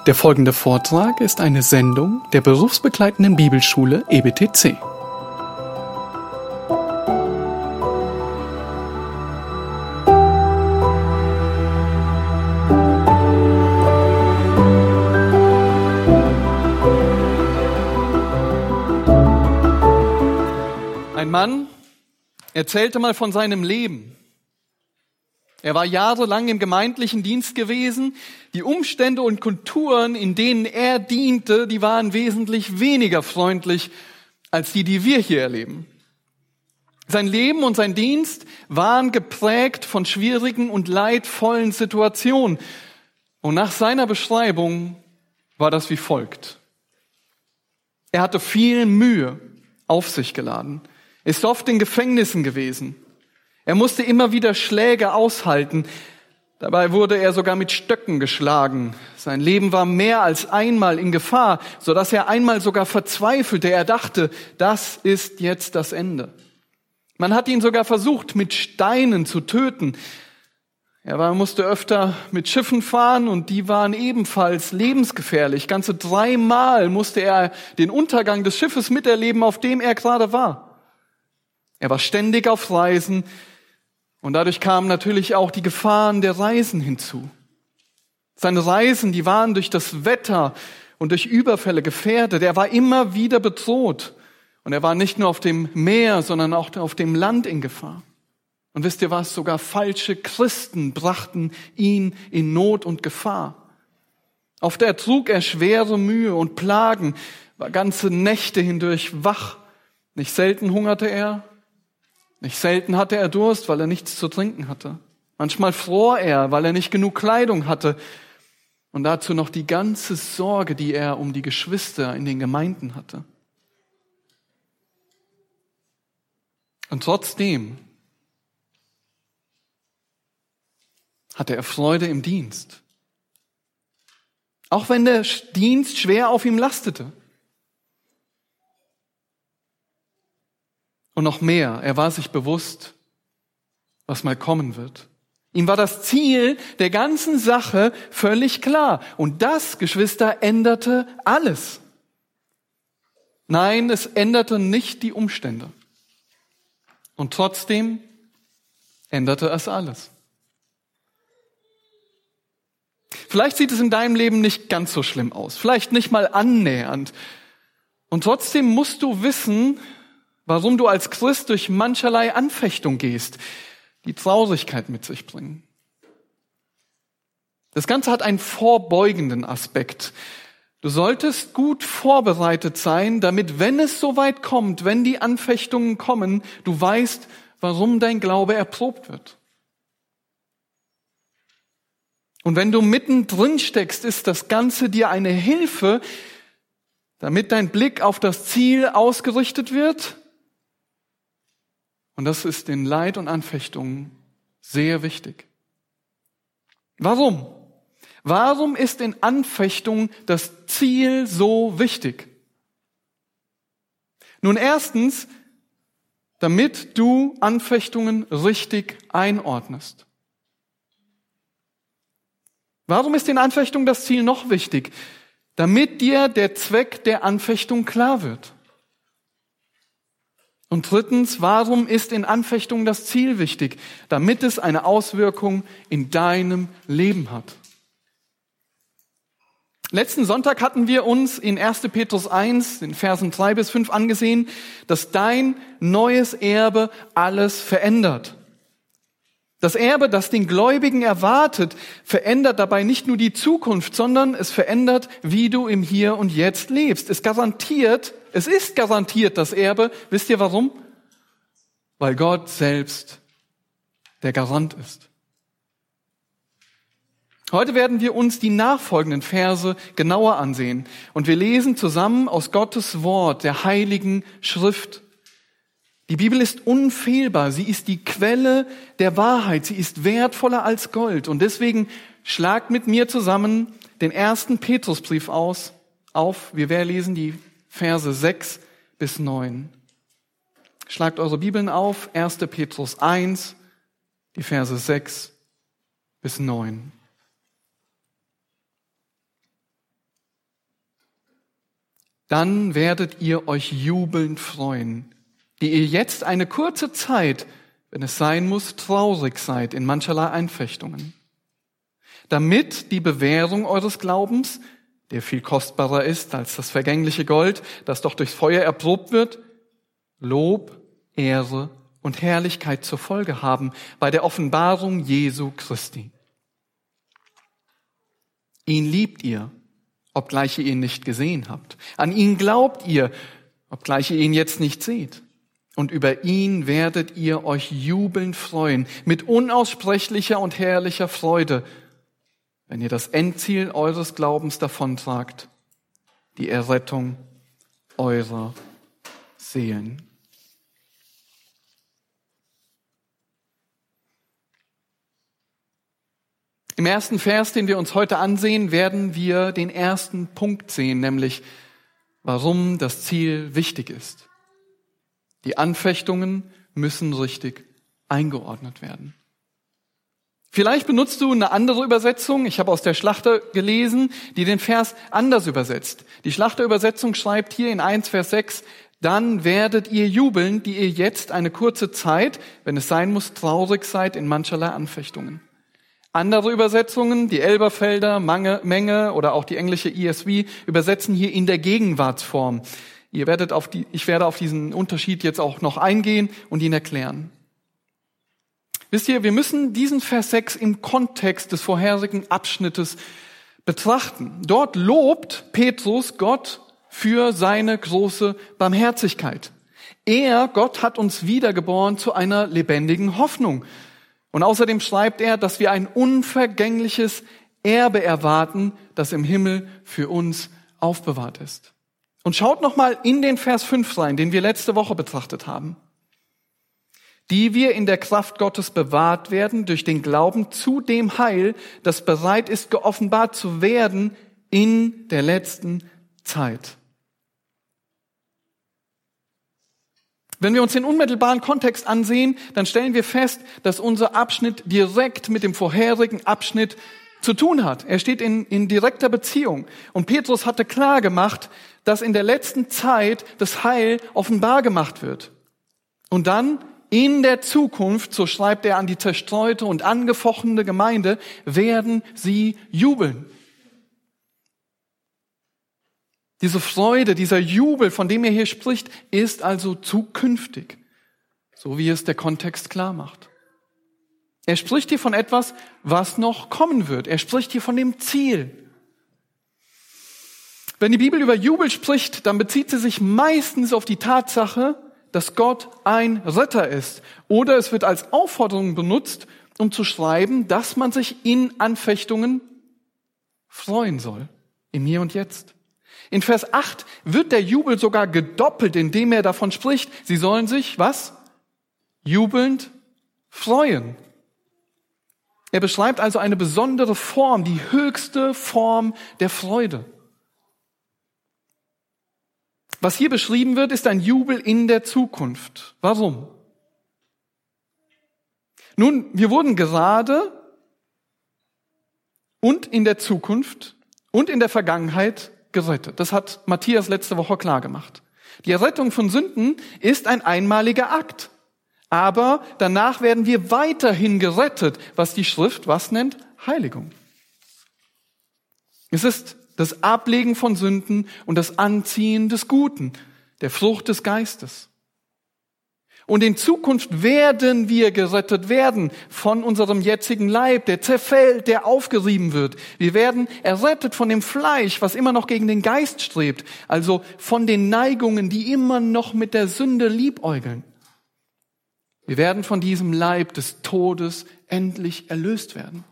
Der folgende Vortrag ist eine Sendung der berufsbegleitenden Bibelschule EBTC. Ein Mann erzählte mal von seinem Leben. Er war jahrelang im gemeindlichen Dienst gewesen. Die Umstände und Kulturen, in denen er diente, die waren wesentlich weniger freundlich als die wir hier erleben. Sein Leben und sein Dienst waren geprägt von schwierigen und leidvollen Situationen. Und nach seiner Beschreibung war das wie folgt. Er hatte viel Mühe auf sich geladen, ist oft in Gefängnissen gewesen. Er musste immer wieder Schläge aushalten. Dabei wurde er sogar mit Stöcken geschlagen. Sein Leben war mehr als einmal in Gefahr, sodass er einmal sogar verzweifelte. Er dachte, das ist jetzt das Ende. Man hat ihn sogar versucht, mit Steinen zu töten. Er musste öfter mit Schiffen fahren und die waren ebenfalls lebensgefährlich. Ganze 3 Mal musste er den Untergang des Schiffes miterleben, auf dem er gerade war. Er war ständig auf Reisen. Und dadurch kamen natürlich auch die Gefahren der Reisen hinzu. Seine Reisen, die waren durch das Wetter und durch Überfälle gefährdet. Er war immer wieder bedroht. Und er war nicht nur auf dem Meer, sondern auch auf dem Land in Gefahr. Und wisst ihr was? Sogar falsche Christen brachten ihn in Not und Gefahr. Oft ertrug er schwere Mühe und Plagen, war ganze Nächte hindurch wach. Nicht selten hungerte er. Nicht selten hatte er Durst, weil er nichts zu trinken hatte. Manchmal fror er, weil er nicht genug Kleidung hatte. Und dazu noch die ganze Sorge, die er um die Geschwister in den Gemeinden hatte. Und trotzdem hatte er Freude im Dienst. Auch wenn der Dienst schwer auf ihm lastete. Und noch mehr, er war sich bewusst, was mal kommen wird. Ihm war das Ziel der ganzen Sache völlig klar. Und das, Geschwister, änderte alles. Nein, es änderte nicht die Umstände. Und trotzdem änderte es alles. Vielleicht sieht es in deinem Leben nicht ganz so schlimm aus. Vielleicht nicht mal annähernd. Und trotzdem musst du wissen, warum du als Christ durch mancherlei Anfechtung gehst, die Traurigkeit mit sich bringen. Das Ganze hat einen vorbeugenden Aspekt. Du solltest gut vorbereitet sein, damit, wenn es soweit kommt, wenn die Anfechtungen kommen, du weißt, warum dein Glaube erprobt wird. Und wenn du mittendrin steckst, ist das Ganze dir eine Hilfe, damit dein Blick auf das Ziel ausgerichtet wird. Und das ist in Leid und Anfechtungen sehr wichtig. Warum? Warum ist in Anfechtung das Ziel so wichtig? Nun erstens, damit du Anfechtungen richtig einordnest. Warum ist in Anfechtung das Ziel noch wichtig? Damit dir der Zweck der Anfechtung klar wird. Und drittens, warum ist in Anfechtung das Ziel wichtig? Damit es eine Auswirkung in deinem Leben hat. Letzten Sonntag hatten wir uns in 1. Petrus 1, den Versen 3-5 angesehen, dass dein neues Erbe alles verändert. Das Erbe, das den Gläubigen erwartet, verändert dabei nicht nur die Zukunft, sondern es verändert, wie du im Hier und Jetzt lebst. Es ist garantiert das Erbe. Wisst ihr warum? Weil Gott selbst der Garant ist. Heute werden wir uns die nachfolgenden Verse genauer ansehen. Und wir lesen zusammen aus Gottes Wort, der Heiligen Schrift. Die Bibel ist unfehlbar. Sie ist die Quelle der Wahrheit. Sie ist wertvoller als Gold. Und deswegen schlagt mit mir zusammen den 1. Petrusbrief auf. Wir lesen die Verse 6-9. Schlagt eure Bibeln auf. 1. Petrus 1, die Verse 6-9. dann werdet ihr euch jubelnd freuen, die ihr jetzt eine kurze Zeit, wenn es sein muss, traurig seid in mancherlei Einfechtungen, damit die Bewährung eures Glaubens, der viel kostbarer ist als das vergängliche Gold, das doch durchs Feuer erprobt wird, Lob, Ehre und Herrlichkeit zur Folge haben bei der Offenbarung Jesu Christi. Ihn liebt ihr, obgleich ihr ihn nicht gesehen habt. An ihn glaubt ihr, obgleich ihr ihn jetzt nicht seht. Und über ihn werdet ihr euch jubelnd freuen, mit unaussprechlicher und herrlicher Freude, wenn ihr das Endziel eures Glaubens davontragt, die Errettung eurer Seelen. Im ersten Vers, den wir uns heute ansehen, werden wir den ersten Punkt sehen, nämlich warum das Ziel wichtig ist. Die Anfechtungen müssen richtig eingeordnet werden. Vielleicht benutzt du eine andere Übersetzung. Ich habe aus der Schlachter gelesen, die den Vers anders übersetzt. Die Schlachter-Übersetzung schreibt hier in 1 Vers 6, dann werdet ihr jubeln, die ihr jetzt eine kurze Zeit, wenn es sein muss, traurig seid in mancherlei Anfechtungen. Andere Übersetzungen, die Elberfelder, Menge oder auch die englische ESV, übersetzen hier in der Gegenwartsform. Ich werde auf diesen Unterschied jetzt auch noch eingehen und ihn erklären. Wisst ihr, wir müssen diesen Vers 6 im Kontext des vorherigen Abschnittes betrachten. Dort lobt Petrus Gott für seine große Barmherzigkeit. Gott hat uns wiedergeboren zu einer lebendigen Hoffnung. Und außerdem schreibt er, dass wir ein unvergängliches Erbe erwarten, das im Himmel für uns aufbewahrt ist. Und schaut nochmal in den Vers 5 rein, den wir letzte Woche betrachtet haben. Die wir in der Kraft Gottes bewahrt werden durch den Glauben zu dem Heil, das bereit ist, geoffenbart zu werden in der letzten Zeit. Wenn wir uns den unmittelbaren Kontext ansehen, dann stellen wir fest, dass unser Abschnitt direkt mit dem vorherigen Abschnitt zu tun hat. Er steht in direkter Beziehung. Und Petrus hatte klar gemacht, dass in der letzten Zeit das Heil offenbar gemacht wird. Und dann in der Zukunft, so schreibt er an die zerstreute und angefochtene Gemeinde, werden sie jubeln. Diese Freude, dieser Jubel, von dem er hier spricht, ist also zukünftig, so wie es der Kontext klar macht. Er spricht hier von etwas, was noch kommen wird. Er spricht hier von dem Ziel. Wenn die Bibel über Jubel spricht, dann bezieht sie sich meistens auf die Tatsache, dass Gott ein Retter ist. Oder es wird als Aufforderung benutzt, um zu schreiben, dass man sich in Anfechtungen freuen soll, im Hier und Jetzt. In Vers 8 wird der Jubel sogar gedoppelt, indem er davon spricht, sie sollen sich, was? Jubelnd freuen. Er beschreibt also eine besondere Form, die höchste Form der Freude. Was hier beschrieben wird, ist ein Jubel in der Zukunft. Warum? Nun, wir wurden gerade und in der Zukunft und in der Vergangenheit gerettet. Das hat Matthias letzte Woche klar gemacht. Die Errettung von Sünden ist ein einmaliger Akt. Aber danach werden wir weiterhin gerettet, was die Schrift was nennt? Heiligung. Es ist das Ablegen von Sünden und das Anziehen des Guten, der Frucht des Geistes. Und in Zukunft werden wir gerettet werden von unserem jetzigen Leib, der zerfällt, der aufgerieben wird. Wir werden errettet von dem Fleisch, was immer noch gegen den Geist strebt, also von den Neigungen, die immer noch mit der Sünde liebäugeln. Wir werden von diesem Leib des Todes endlich erlöst werden.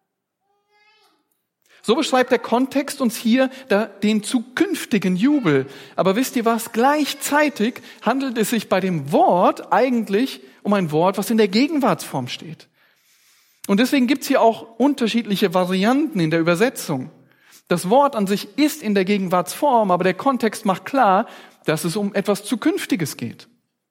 So beschreibt der Kontext uns hier den zukünftigen Jubel. Aber wisst ihr was? Gleichzeitig handelt es sich bei dem Wort eigentlich um ein Wort, was in der Gegenwartsform steht. Und deswegen gibt es hier auch unterschiedliche Varianten in der Übersetzung. Das Wort an sich ist in der Gegenwartsform, aber der Kontext macht klar, dass es um etwas Zukünftiges geht.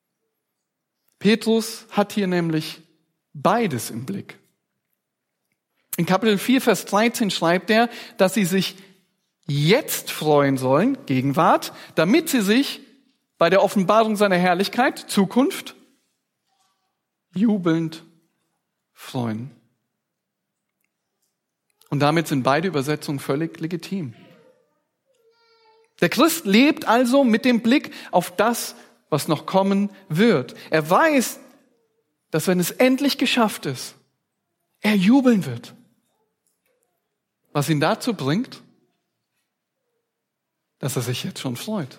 Petrus hat hier nämlich beides im Blick. In Kapitel 4, Vers 13 schreibt er, dass sie sich jetzt freuen sollen, Gegenwart, damit sie sich bei der Offenbarung seiner Herrlichkeit, Zukunft, jubelnd freuen. Und damit sind beide Übersetzungen völlig legitim. Der Christ lebt also mit dem Blick auf das, was noch kommen wird. Er weiß, dass wenn es endlich geschafft ist, er jubeln wird. Was ihn dazu bringt, dass er sich jetzt schon freut.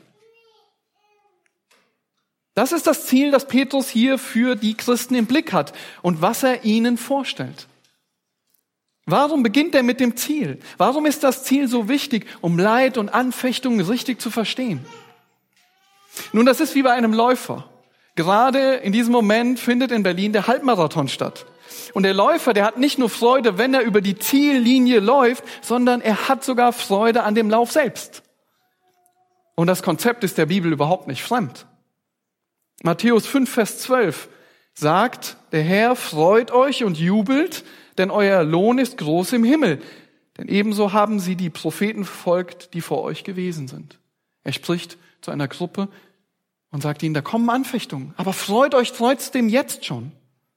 Das ist das Ziel, das Petrus hier für die Christen im Blick hat und was er ihnen vorstellt. Warum beginnt er mit dem Ziel? Warum ist das Ziel so wichtig, um Leid und Anfechtungen richtig zu verstehen? Nun, das ist wie bei einem Läufer. Gerade in diesem Moment findet in Berlin der Halbmarathon statt. Und der Läufer, der hat nicht nur Freude, wenn er über die Ziellinie läuft, sondern er hat sogar Freude an dem Lauf selbst. Und das Konzept ist der Bibel überhaupt nicht fremd. Matthäus 5, Vers 12 sagt, der Herr freut euch und jubelt, denn euer Lohn ist groß im Himmel. Denn ebenso haben sie die Propheten verfolgt, die vor euch gewesen sind. Er spricht zu einer Gruppe und sagt ihnen, da kommen Anfechtungen, aber freut euch trotzdem jetzt schon.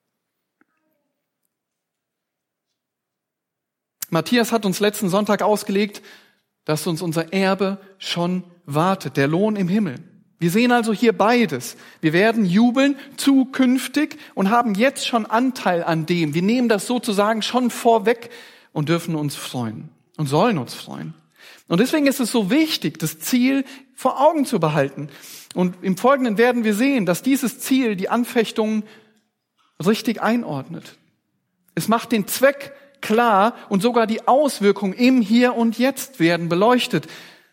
Matthias hat uns letzten Sonntag ausgelegt, dass uns unser Erbe schon wartet, der Lohn im Himmel. Wir sehen also hier beides. Wir werden jubeln zukünftig und haben jetzt schon Anteil an dem. Wir nehmen das sozusagen schon vorweg und dürfen uns freuen und sollen uns freuen. Und deswegen ist es so wichtig, das Ziel vor Augen zu behalten. Und im Folgenden werden wir sehen, dass dieses Ziel die Anfechtungen richtig einordnet. Es macht den Zweck klar und sogar die Auswirkungen im Hier und Jetzt werden beleuchtet.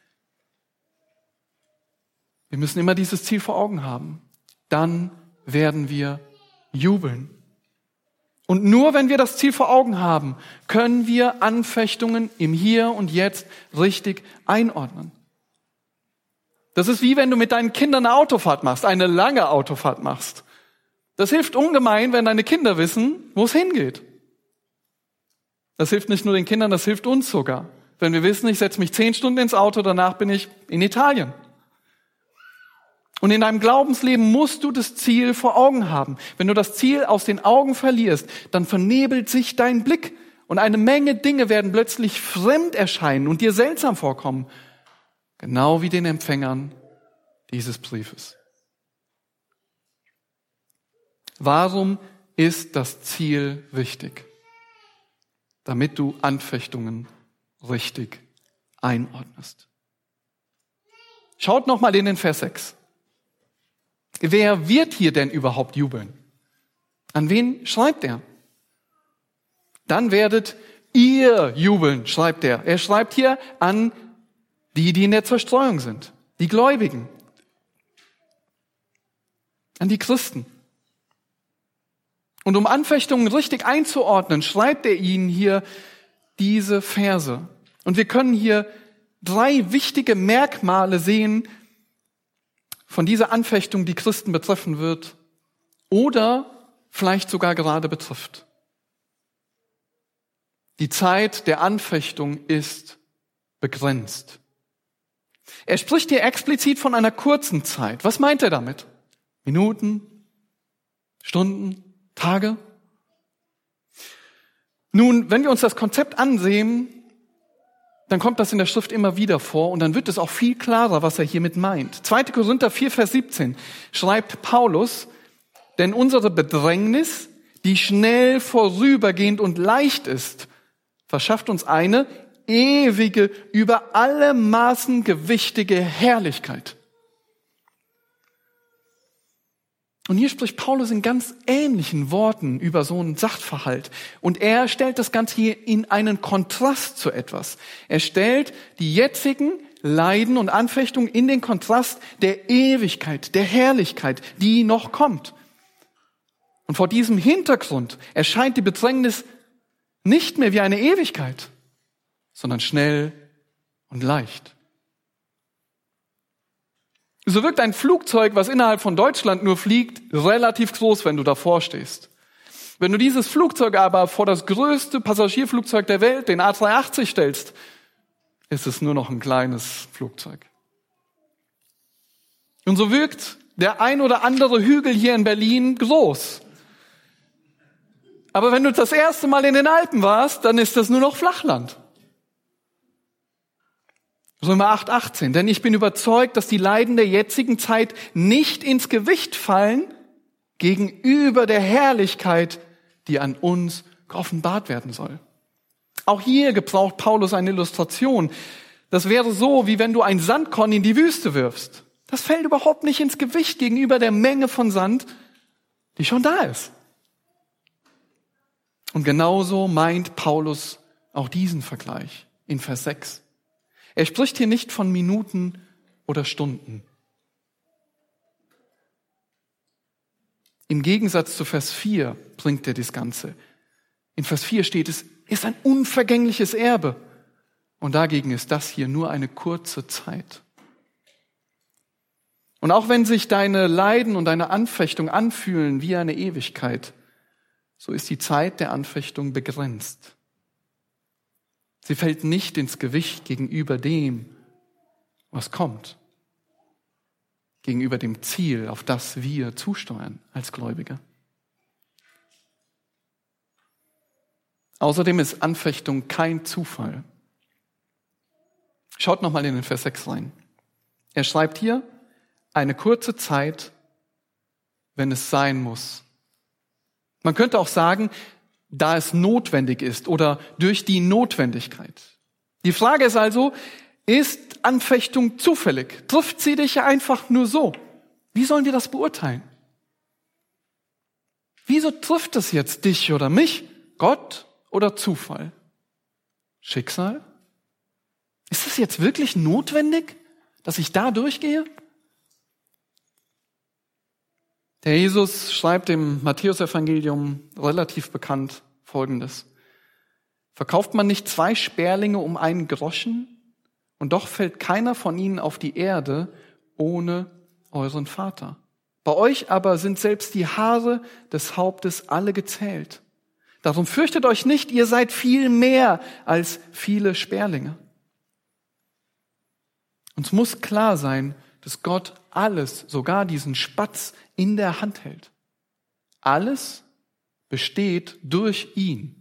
Wir müssen immer dieses Ziel vor Augen haben. Dann werden wir jubeln. Und nur wenn wir das Ziel vor Augen haben, können wir Anfechtungen im Hier und Jetzt richtig einordnen. Das ist wie wenn du mit deinen Kindern eine Autofahrt machst, eine lange Autofahrt machst. Das hilft ungemein, wenn deine Kinder wissen, wo es hingeht. Das hilft nicht nur den Kindern, das hilft uns sogar. Wenn wir wissen, ich setze mich 10 Stunden ins Auto, danach bin ich in Italien. Und in deinem Glaubensleben musst du das Ziel vor Augen haben. Wenn du das Ziel aus den Augen verlierst, dann vernebelt sich dein Blick und eine Menge Dinge werden plötzlich fremd erscheinen und dir seltsam vorkommen. Genau wie den Empfängern dieses Briefes. Warum ist das Ziel wichtig? Damit du Anfechtungen richtig einordnest. Schaut nochmal in den Vers 6. Wer wird hier denn überhaupt jubeln? An wen schreibt er? Dann werdet ihr jubeln, schreibt er. Er schreibt hier an die in der Zerstreuung sind, die Gläubigen, an die Christen. Und um Anfechtungen richtig einzuordnen, schreibt er ihnen hier diese Verse. Und wir können hier 3 wichtige Merkmale sehen von dieser Anfechtung, die Christen betreffen wird oder vielleicht sogar gerade betrifft. Die Zeit der Anfechtung ist begrenzt. Er spricht hier explizit von einer kurzen Zeit. Was meint er damit? Minuten, Stunden, Tage? Nun, wenn wir uns das Konzept ansehen, dann kommt das in der Schrift immer wieder vor und dann wird es auch viel klarer, was er hiermit meint. 2. Korinther 4, Vers 17 schreibt Paulus, denn unsere Bedrängnis, die schnell vorübergehend und leicht ist, verschafft uns eine ewige, über alle Maßen gewichtige Herrlichkeit. Und hier spricht Paulus in ganz ähnlichen Worten über so einen Sachverhalt. Und er stellt das Ganze hier in einen Kontrast zu etwas. Er stellt die jetzigen Leiden und Anfechtungen in den Kontrast der Ewigkeit, der Herrlichkeit, die noch kommt. Und vor diesem Hintergrund erscheint die Bedrängnis nicht mehr wie eine Ewigkeit, sondern schnell und leicht. So wirkt ein Flugzeug, was innerhalb von Deutschland nur fliegt, relativ groß, wenn du davor stehst. Wenn du dieses Flugzeug aber vor das größte Passagierflugzeug der Welt, den A380, stellst, ist es nur noch ein kleines Flugzeug. Und so wirkt der ein oder andere Hügel hier in Berlin groß. Aber wenn du das erste Mal in den Alpen warst, dann ist das nur noch Flachland. Römer 8,18. Denn ich bin überzeugt, dass die Leiden der jetzigen Zeit nicht ins Gewicht fallen gegenüber der Herrlichkeit, die an uns geoffenbart werden soll. Auch hier gebraucht Paulus eine Illustration. Das wäre so, wie wenn du ein Sandkorn in die Wüste wirfst. Das fällt überhaupt nicht ins Gewicht gegenüber der Menge von Sand, die schon da ist. Und genauso meint Paulus auch diesen Vergleich in Vers 6. Er spricht hier nicht von Minuten oder Stunden. Im Gegensatz zu Vers 4 bringt er das Ganze. In Vers 4 steht, es ist ein unvergängliches Erbe. Und dagegen ist das hier nur eine kurze Zeit. Und auch wenn sich deine Leiden und deine Anfechtung anfühlen wie eine Ewigkeit, so ist die Zeit der Anfechtung begrenzt. Sie fällt nicht ins Gewicht gegenüber dem, was kommt. Gegenüber dem Ziel, auf das wir zusteuern als Gläubige. Außerdem ist Anfechtung kein Zufall. Schaut nochmal in den Vers 6 rein. Er schreibt hier, eine kurze Zeit, wenn es sein muss. Man könnte auch sagen, da es notwendig ist oder durch die Notwendigkeit. Die Frage ist also, ist Anfechtung zufällig? Trifft sie dich einfach nur so? Wie sollen wir das beurteilen? Wieso trifft es jetzt dich oder mich? Gott oder Zufall? Schicksal? Ist es jetzt wirklich notwendig, dass ich da durchgehe? Der Jesus schreibt im Matthäusevangelium relativ bekannt Folgendes. Verkauft man nicht 2 Sperlinge um einen Groschen? Und doch fällt keiner von ihnen auf die Erde ohne euren Vater. Bei euch aber sind selbst die Haare des Hauptes alle gezählt. Darum fürchtet euch nicht, ihr seid viel mehr als viele Sperlinge. Uns muss klar sein, dass Gott alles, sogar diesen Spatz, in der Hand hält. Alles besteht durch ihn.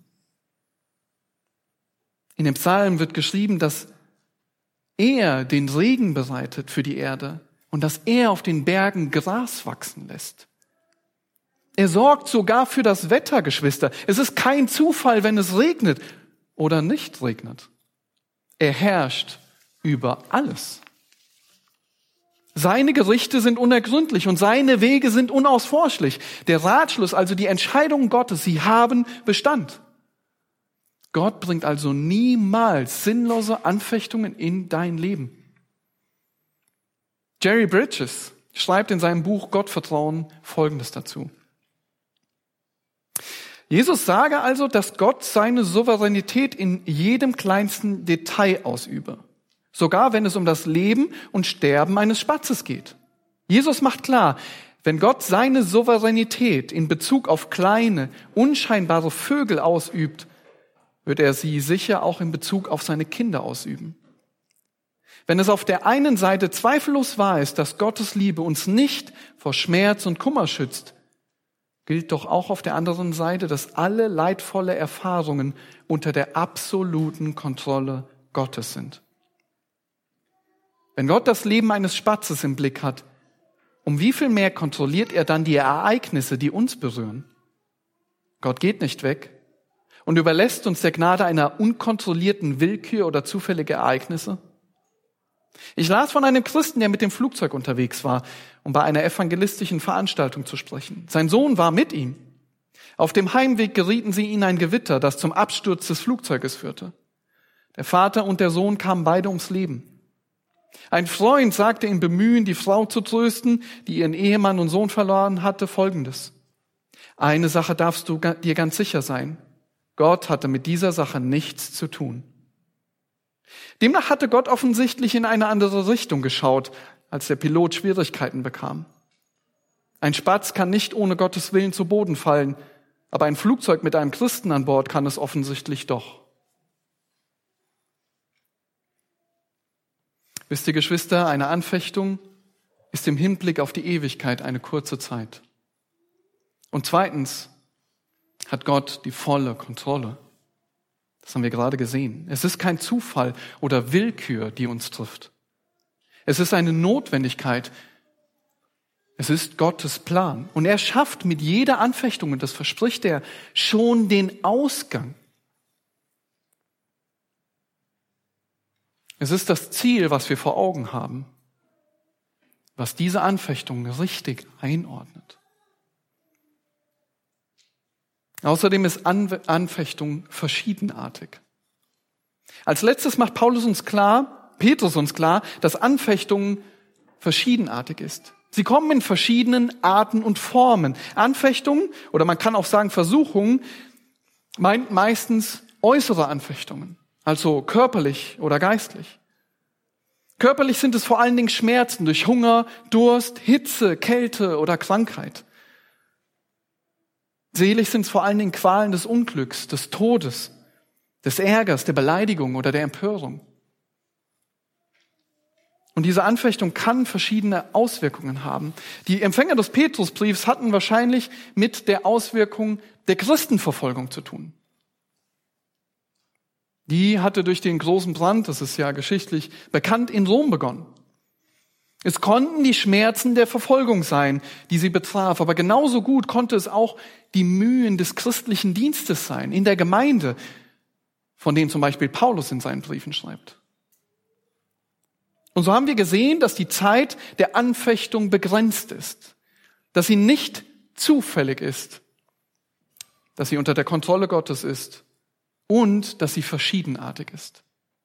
In dem Psalm wird geschrieben, dass er den Regen bereitet für die Erde und dass er auf den Bergen Gras wachsen lässt. Er sorgt sogar für das Wetter, Geschwister. Es ist kein Zufall, wenn es regnet oder nicht regnet. Er herrscht über alles. Seine Gerichte sind unergründlich und seine Wege sind unausforschlich. Der Ratschluss, also die Entscheidungen Gottes, sie haben Bestand. Gott bringt also niemals sinnlose Anfechtungen in dein Leben. Jerry Bridges schreibt in seinem Buch Gottvertrauen Folgendes dazu. Jesus sage also, dass Gott seine Souveränität in jedem kleinsten Detail ausübe. Sogar wenn es um das Leben und Sterben eines Spatzes geht. Jesus macht klar, wenn Gott seine Souveränität in Bezug auf kleine, unscheinbare Vögel ausübt, wird er sie sicher auch in Bezug auf seine Kinder ausüben. Wenn es auf der einen Seite zweifellos wahr ist, dass Gottes Liebe uns nicht vor Schmerz und Kummer schützt, gilt doch auch auf der anderen Seite, dass alle leidvolle Erfahrungen unter der absoluten Kontrolle Gottes sind. Wenn Gott das Leben eines Spatzes im Blick hat, um wie viel mehr kontrolliert er dann die Ereignisse, die uns berühren? Gott geht nicht weg und überlässt uns der Gnade einer unkontrollierten Willkür oder zufällige Ereignisse. Ich las von einem Christen, der mit dem Flugzeug unterwegs war, um bei einer evangelistischen Veranstaltung zu sprechen. Sein Sohn war mit ihm. Auf dem Heimweg gerieten sie in ein Gewitter, das zum Absturz des Flugzeuges führte. Der Vater und der Sohn kamen beide ums Leben. Ein Freund sagte im Bemühen, die Frau zu trösten, die ihren Ehemann und Sohn verloren hatte, Folgendes. Eine Sache darfst du dir ganz sicher sein. Gott hatte mit dieser Sache nichts zu tun. Demnach hatte Gott offensichtlich in eine andere Richtung geschaut, als der Pilot Schwierigkeiten bekam. Ein Spatz kann nicht ohne Gottes Willen zu Boden fallen, aber ein Flugzeug mit einem Christen an Bord kann es offensichtlich doch. Wisst ihr, Geschwister, eine Anfechtung ist im Hinblick auf die Ewigkeit eine kurze Zeit. Und zweitens hat Gott die volle Kontrolle. Das haben wir gerade gesehen. Es ist kein Zufall oder Willkür, die uns trifft. Es ist eine Notwendigkeit. Es ist Gottes Plan. Und er schafft mit jeder Anfechtung, und das verspricht er, schon den Ausgang. Es ist das Ziel, was wir vor Augen haben, was diese Anfechtung richtig einordnet. Außerdem ist Anfechtung verschiedenartig. Als letztes macht Petrus uns klar, dass Anfechtung verschiedenartig ist. Sie kommen in verschiedenen Arten und Formen. Anfechtung, oder man kann auch sagen Versuchung, meint meistens äußere Anfechtungen, also körperlich oder geistlich. Körperlich sind es vor allen Dingen Schmerzen durch Hunger, Durst, Hitze, Kälte oder Krankheit. Seelisch sind es vor allen Dingen Qualen des Unglücks, des Todes, des Ärgers, der Beleidigung oder der Empörung. Und diese Anfechtung kann verschiedene Auswirkungen haben. Die Empfänger des Petrusbriefs hatten wahrscheinlich mit der Auswirkung der Christenverfolgung zu tun. Die hatte durch den großen Brand, das ist ja geschichtlich bekannt, in Rom begonnen. Es konnten die Schmerzen der Verfolgung sein, die sie betraf, aber genauso gut konnte es auch die Mühen des christlichen Dienstes sein, in der Gemeinde, von denen zum Beispiel Paulus in seinen Briefen schreibt. Und so haben wir gesehen, dass die Zeit der Anfechtung begrenzt ist, dass sie nicht zufällig ist, dass sie unter der Kontrolle Gottes ist und dass sie verschiedenartig ist.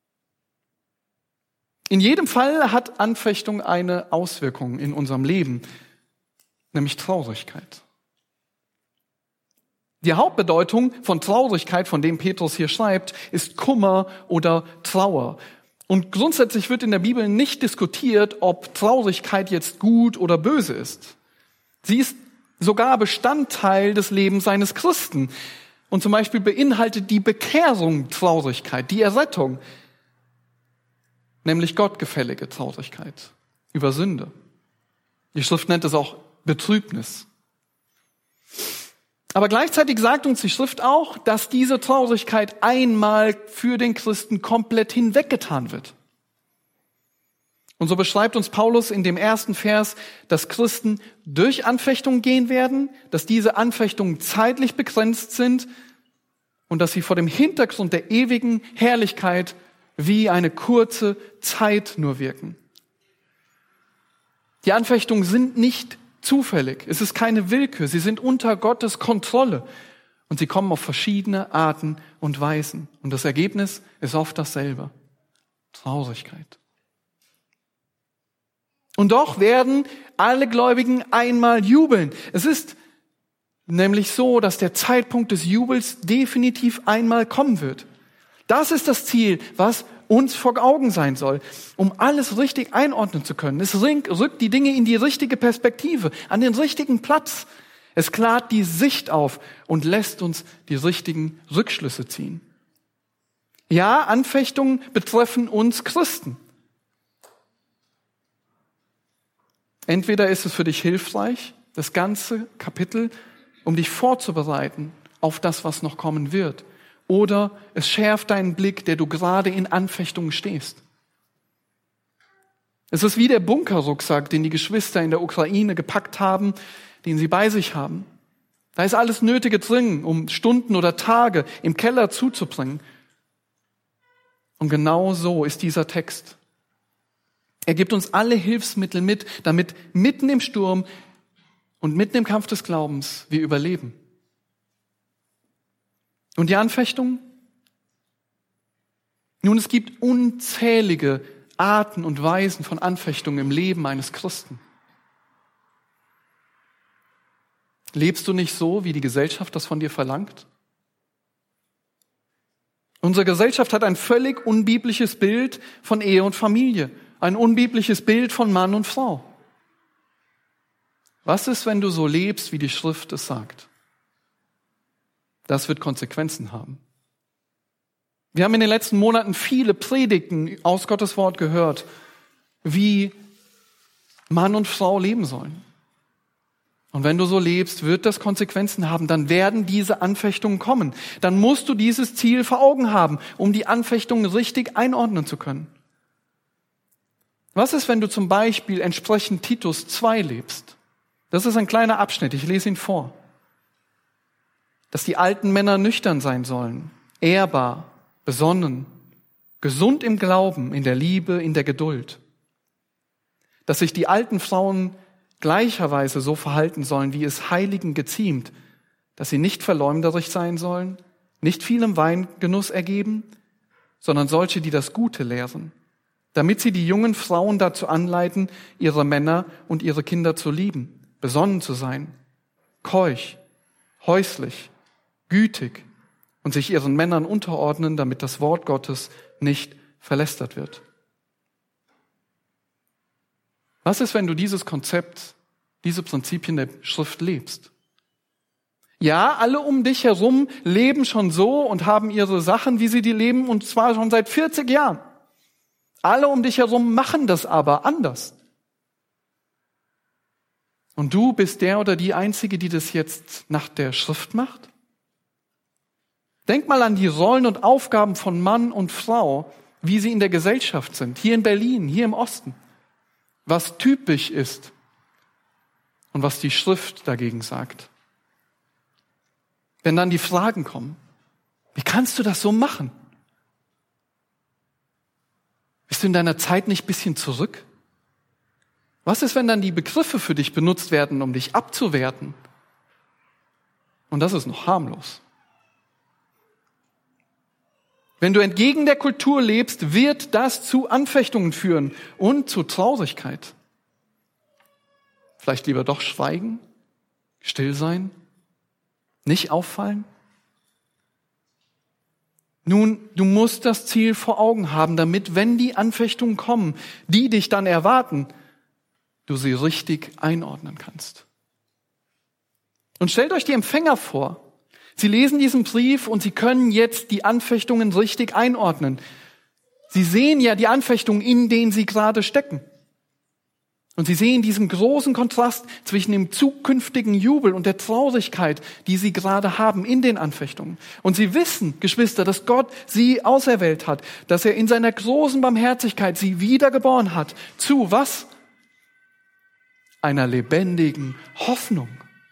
In jedem Fall hat Anfechtung eine Auswirkung in unserem Leben, nämlich Traurigkeit. Die Hauptbedeutung von Traurigkeit, von dem Petrus hier schreibt, ist Kummer oder Trauer. Und grundsätzlich wird in der Bibel nicht diskutiert, ob Traurigkeit jetzt gut oder böse ist. Sie ist sogar Bestandteil des Lebens eines Christen. Und zum Beispiel beinhaltet die Bekehrung Traurigkeit, die Errettung, nämlich gottgefällige Traurigkeit über Sünde. Die Schrift nennt es auch Betrübnis. Aber gleichzeitig sagt uns die Schrift auch, dass diese Traurigkeit einmal für den Christen komplett hinweggetan wird. Und so beschreibt uns Paulus in dem ersten Vers, dass Christen durch Anfechtungen gehen werden, dass diese Anfechtungen zeitlich begrenzt sind und dass sie vor dem Hintergrund der ewigen Herrlichkeit wie eine kurze Zeit nur wirken. Die Anfechtungen sind nicht zufällig. Es ist keine Willkür. Sie sind unter Gottes Kontrolle. Und sie kommen auf verschiedene Arten und Weisen. Und das Ergebnis ist oft dasselbe. Traurigkeit. Und doch werden alle Gläubigen einmal jubeln. Es ist nämlich so, dass der Zeitpunkt des Jubels definitiv einmal kommen wird. Das ist das Ziel, was uns vor Augen sein soll, um alles richtig einordnen zu können. Es rückt die Dinge in die richtige Perspektive, an den richtigen Platz. Es klart die Sicht auf und lässt uns die richtigen Rückschlüsse ziehen. Ja, Anfechtungen betreffen uns Christen. Entweder ist es für dich hilfreich, das ganze Kapitel, um dich vorzubereiten auf das, was noch kommen wird. Oder es schärft deinen Blick, der du gerade in Anfechtungen stehst. Es ist wie der Bunkerrucksack, den die Geschwister in der Ukraine gepackt haben, den sie bei sich haben. Da ist alles Nötige drin, um Stunden oder Tage im Keller zuzubringen. Und genau so ist dieser Text. Er gibt uns alle Hilfsmittel mit, damit mitten im Sturm und mitten im Kampf des Glaubens wir überleben. Und die Anfechtung? Nun, es gibt unzählige Arten und Weisen von Anfechtungen im Leben eines Christen. Lebst du nicht so, wie die Gesellschaft das von dir verlangt? Unsere Gesellschaft hat ein völlig unbiblisches Bild von Ehe und Familie, ein unbibliches Bild von Mann und Frau. Was ist, wenn du so lebst, wie die Schrift es sagt? Das wird Konsequenzen haben. Wir haben in den letzten Monaten viele Predigten aus Gottes Wort gehört wie Mann und Frau leben sollen. Und wenn du so lebst, wird das Konsequenzen haben. Dann werden diese Anfechtungen kommen. Dann musst du dieses Ziel vor Augen haben, um die Anfechtungen richtig einordnen zu können. Was ist, wenn du zum Beispiel entsprechend Titus 2 lebst? Das ist ein kleiner Abschnitt, ich lese ihn vor. Dass die alten Männer nüchtern sein sollen, ehrbar, besonnen, gesund im Glauben, in der Liebe, in der Geduld. Dass sich die alten Frauen gleicherweise so verhalten sollen, wie es Heiligen geziemt, dass sie nicht verleumderig sein sollen, nicht vielem Weingenuss ergeben, sondern solche, die das Gute lehren, damit sie die jungen Frauen dazu anleiten, ihre Männer und ihre Kinder zu lieben, besonnen zu sein, keusch, häuslich, gütig und sich ihren Männern unterordnen, damit das Wort Gottes nicht verlästert wird. Was ist, wenn du dieses Konzept, diese Prinzipien der Schrift lebst? Ja, alle um dich herum leben schon so und haben ihre Sachen, wie sie die leben, und zwar schon seit 40 Jahren. Alle um dich herum machen das aber anders. Und du bist der oder die Einzige, die das jetzt nach der Schrift macht? Denk mal an die Rollen und Aufgaben von Mann und Frau, wie sie in der Gesellschaft sind, hier in Berlin, hier im Osten. Was typisch ist und was die Schrift dagegen sagt. Wenn dann die Fragen kommen, wie kannst du das so machen? Bist du in deiner Zeit nicht ein bisschen zurück? Was ist, wenn dann die Begriffe für dich benutzt werden, um dich abzuwerten? Und das ist noch harmlos. Wenn du entgegen der Kultur lebst, wird das zu Anfechtungen führen und zu Traurigkeit. Vielleicht lieber doch schweigen, still sein, nicht auffallen? Nun, du musst das Ziel vor Augen haben, damit, wenn die Anfechtungen kommen, die dich dann erwarten, du sie richtig einordnen kannst. Und stellt euch die Empfänger vor. Sie lesen diesen Brief und sie können jetzt die Anfechtungen richtig einordnen. Sie sehen ja die Anfechtungen, in denen sie gerade stecken. Und sie sehen diesen großen Kontrast zwischen dem zukünftigen Jubel und der Traurigkeit, die sie gerade haben in den Anfechtungen. Und sie wissen, Geschwister, dass Gott sie auserwählt hat, dass er in seiner großen Barmherzigkeit sie wiedergeboren hat. Zu was? Einer lebendigen Hoffnung.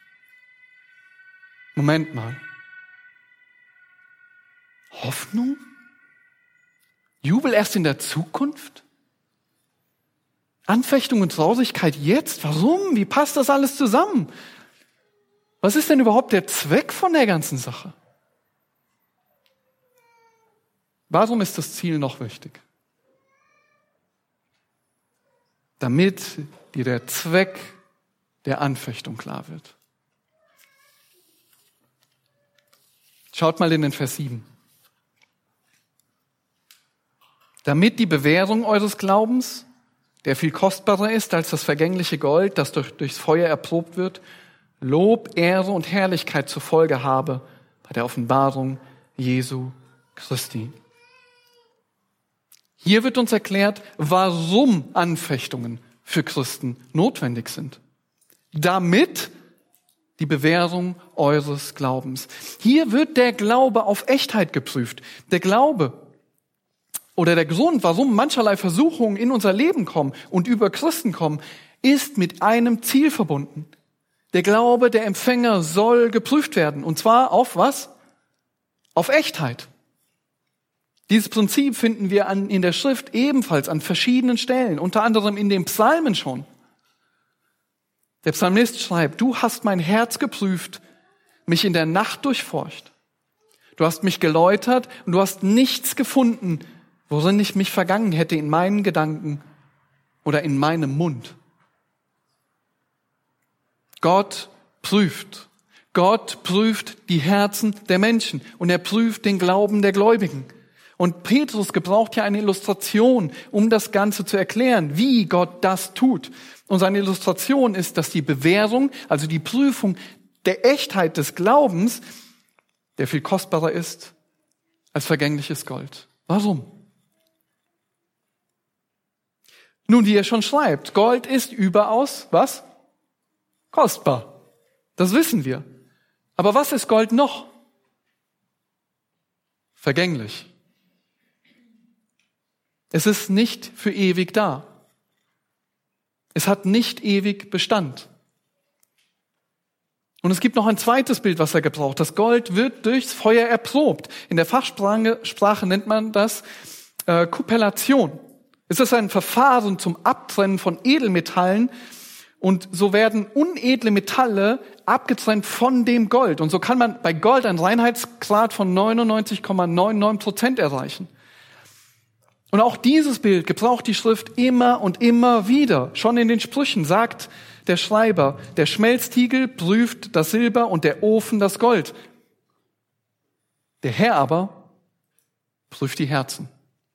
Moment mal. Hoffnung? Jubel erst in der Zukunft? Anfechtung und Traurigkeit jetzt? Warum? Wie passt das alles zusammen? Was ist denn überhaupt der Zweck von der ganzen Sache? Warum ist das Ziel noch wichtig? Damit dir der Zweck der Anfechtung klar wird. Schaut mal in den Vers 7. Damit die Bewährung eures Glaubens, der viel kostbarer ist als das vergängliche Gold, das durchs Feuer erprobt wird, Lob, Ehre und Herrlichkeit zur Folge habe bei der Offenbarung Jesu Christi. Hier wird uns erklärt, warum Anfechtungen für Christen notwendig sind. Damit die Bewährung eures Glaubens. Hier wird der Glaube auf Echtheit geprüft. Der Glaube oder der Grund, warum mancherlei Versuchungen in unser Leben kommen und über Christen kommen, ist mit einem Ziel verbunden. Der Glaube der Empfänger soll geprüft werden. Und zwar auf was? Auf Echtheit. Dieses Prinzip finden wir in der Schrift ebenfalls an verschiedenen Stellen, unter anderem in den Psalmen schon. Der Psalmist schreibt, du hast mein Herz geprüft, mich in der Nacht durchforscht. Du hast mich geläutert und du hast nichts gefunden, worin ich mich vergangen hätte in meinen Gedanken oder in meinem Mund. Gott prüft die Herzen der Menschen und er prüft den Glauben der Gläubigen. Und Petrus gebraucht ja eine Illustration, um das Ganze zu erklären, wie Gott das tut. Und seine Illustration ist, dass die Bewährung, also die Prüfung der Echtheit des Glaubens, der viel kostbarer ist als vergängliches Gold. Warum? Nun, wie er schon schreibt, Gold ist überaus, was? Kostbar. Das wissen wir. Aber was ist Gold noch? Vergänglich. Es ist nicht für ewig da. Es hat nicht ewig Bestand. Und es gibt noch ein zweites Bild, was er gebraucht. Das Gold wird durchs Feuer erprobt. In der Fachsprache nennt man das Kupellation. Es ist ein Verfahren zum Abtrennen von Edelmetallen und so werden unedle Metalle abgetrennt von dem Gold. Und so kann man bei Gold einen Reinheitsgrad von 99,99% erreichen. Und auch dieses Bild gebraucht die Schrift immer und immer wieder. Schon in den Sprüchen sagt der Schreiber, der Schmelztiegel prüft das Silber und der Ofen das Gold. Der Herr aber prüft die Herzen.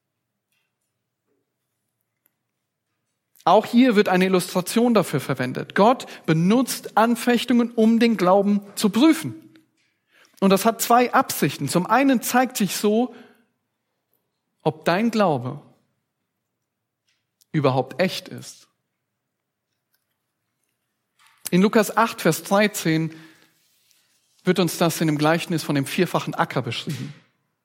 Auch hier wird eine Illustration dafür verwendet. Gott benutzt Anfechtungen, um den Glauben zu prüfen. Und das hat zwei Absichten. Zum einen zeigt sich so, ob dein Glaube überhaupt echt ist. In Lukas 8, Vers 13 wird uns das in dem Gleichnis von dem vierfachen Acker beschrieben.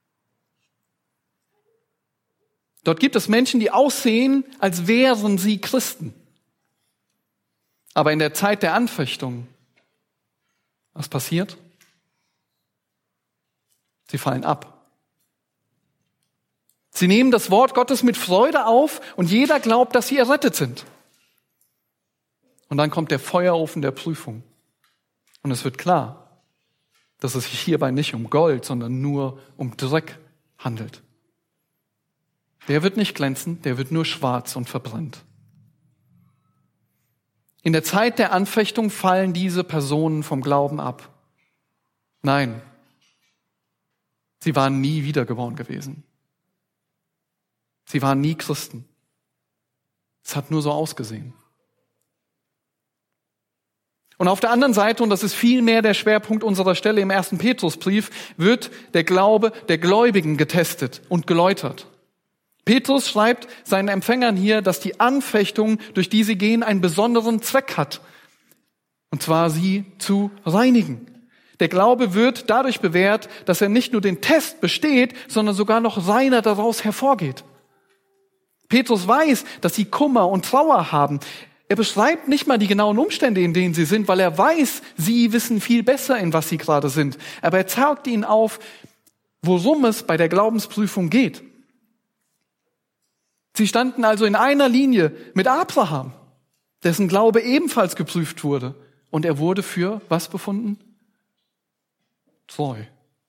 Dort gibt es Menschen, die aussehen, als wären sie Christen. Aber in der Zeit der Anfechtung, was passiert? Sie fallen ab. Sie nehmen das Wort Gottes mit Freude auf und jeder glaubt, dass sie errettet sind. Und dann kommt der Feuerofen der Prüfung. Und es wird klar, dass es sich hierbei nicht um Gold, sondern nur um Dreck handelt. Der wird nicht glänzen, der wird nur schwarz und verbrannt. In der Zeit der Anfechtung fallen diese Personen vom Glauben ab. Nein, sie waren nie wiedergeboren gewesen. Sie waren nie Christen. Es hat nur so ausgesehen. Und auf der anderen Seite, und das ist viel mehr der Schwerpunkt unserer Stelle im 1. Petrusbrief, wird der Glaube der Gläubigen getestet und geläutert. Petrus schreibt seinen Empfängern hier, dass die Anfechtung, durch die sie gehen, einen besonderen Zweck hat. Und zwar sie zu reinigen. Der Glaube wird dadurch bewährt, dass er nicht nur den Test besteht, sondern sogar noch reiner daraus hervorgeht. Petrus weiß, dass sie Kummer und Trauer haben. Er beschreibt nicht mal die genauen Umstände, in denen sie sind, weil er weiß, sie wissen viel besser, in was sie gerade sind. Aber er zeigt ihnen auf, worum es bei der Glaubensprüfung geht. Sie standen also in einer Linie mit Abraham, dessen Glaube ebenfalls geprüft wurde. Und er wurde für was befunden? Treu.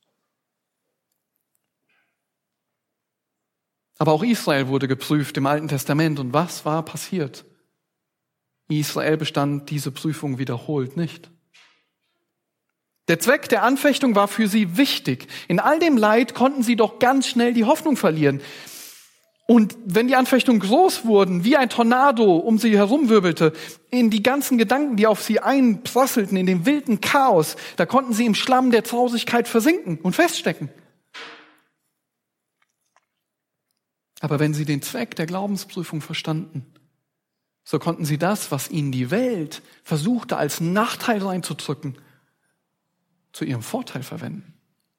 Aber auch Israel wurde geprüft im Alten Testament. Und was war passiert? Israel bestand diese Prüfung wiederholt nicht. Der Zweck der Anfechtung war für sie wichtig. In all dem Leid konnten sie doch ganz schnell die Hoffnung verlieren. Und wenn die Anfechtungen groß wurden, wie ein Tornado um sie herumwirbelte, in die ganzen Gedanken, die auf sie einprasselten, in dem wilden Chaos, da konnten sie im Schlamm der Traurigkeit versinken und feststecken. Aber wenn sie den Zweck der Glaubensprüfung verstanden, so konnten sie das, was ihnen die Welt versuchte als Nachteil reinzudrücken, zu ihrem Vorteil verwenden.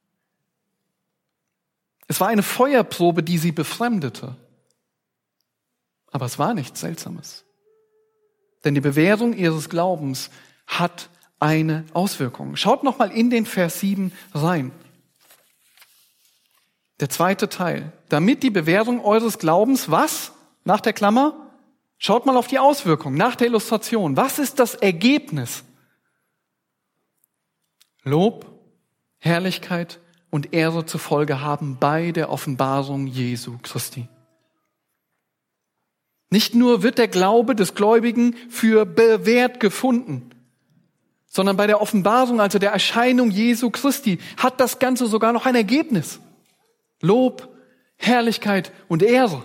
Es war eine Feuerprobe, die sie befremdete. Aber es war nichts Seltsames. Denn die Bewährung ihres Glaubens hat eine Auswirkung. Schaut nochmal in den Vers 7 rein. Der zweite Teil. Damit die Bewährung eures Glaubens, was? Nach der Klammer? Schaut mal auf die Auswirkung, nach der Illustration. Was ist das Ergebnis? Lob, Herrlichkeit und Ehre zur Folge haben bei der Offenbarung Jesu Christi. Nicht nur wird der Glaube des Gläubigen für bewährt gefunden, sondern bei der Offenbarung, also der Erscheinung Jesu Christi, hat das Ganze sogar noch ein Ergebnis. Lob, Herrlichkeit und Ehre.